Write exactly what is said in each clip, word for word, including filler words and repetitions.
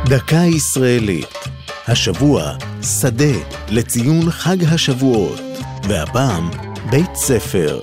דקה ישראלית. השבוע שדה לציון חג השבועות, והפעם בית ספר.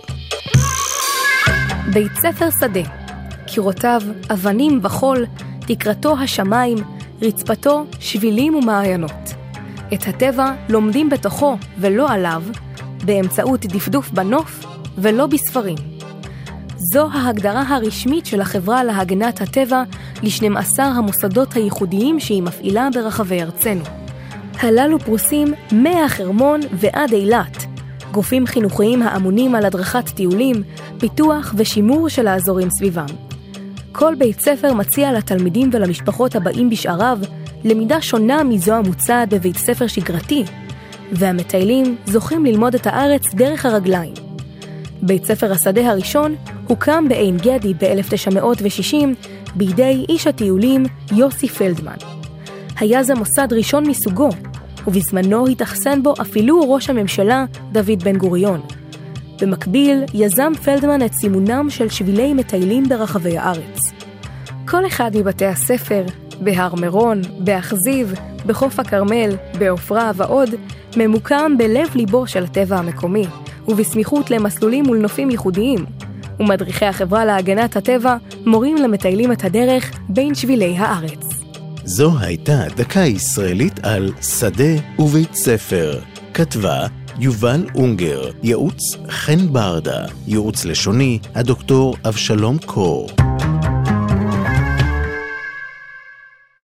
בית ספר שדה, קירותיו אבנים וחול, תקרתו השמיים, רצפתו שבילים ומעיינות. את הטבע לומדים בתוכו ולא עליו, באמצעות דפדוף בנוף ולא בספרים. זו ההגדרה הרשמית של החברה להגנת הטבע ל-שנים עשר המוסדות הייחודיים שהיא מפעילה ברחבי ארצנו. הללו פרוסים מהחרמון ועד אילת, גופים חינוכיים האמונים על הדרכת טיולים, פיתוח ושימור של האזורים סביבם. כל בית ספר מציע לתלמידים ולמשפחות הבאים בשעריו למידה שונה מזו המוצעת בבית ספר שגרתי, והמטיילים זוכים ללמוד את הארץ דרך הרגליים. בית ספר השדה הראשון הוקם בעין גדי ב-אלף תשע מאות ושישים בידי איש הטיולים יוסי פלדמן. היה זה מוסד ראשון מסוגו, ובזמנו התאכסן בו אפילו ראש הממשלה דוד בן גוריון. במקביל יזם פלדמן את סימונם של שבילי מטיילים ברחבי הארץ. כל אחד מבתי הספר, בהר מירון, באכזיב, בחוף הכרמל, בעופרה ועוד, ממוקם בלב ליבו של הטבע המקומי, ובסמיכות למסלולים ולנופים ייחודיים. ומדריכי החברה להגנת הטבע מורים למטיילים את הדרך בין שבילי הארץ. זו הייתה דקה ישראלית על שדה ובית ספר. כתבה יובל אונגר, ייעוץ חן ברדה, ייעוץ לשוני הדוקטור אבשלום קור.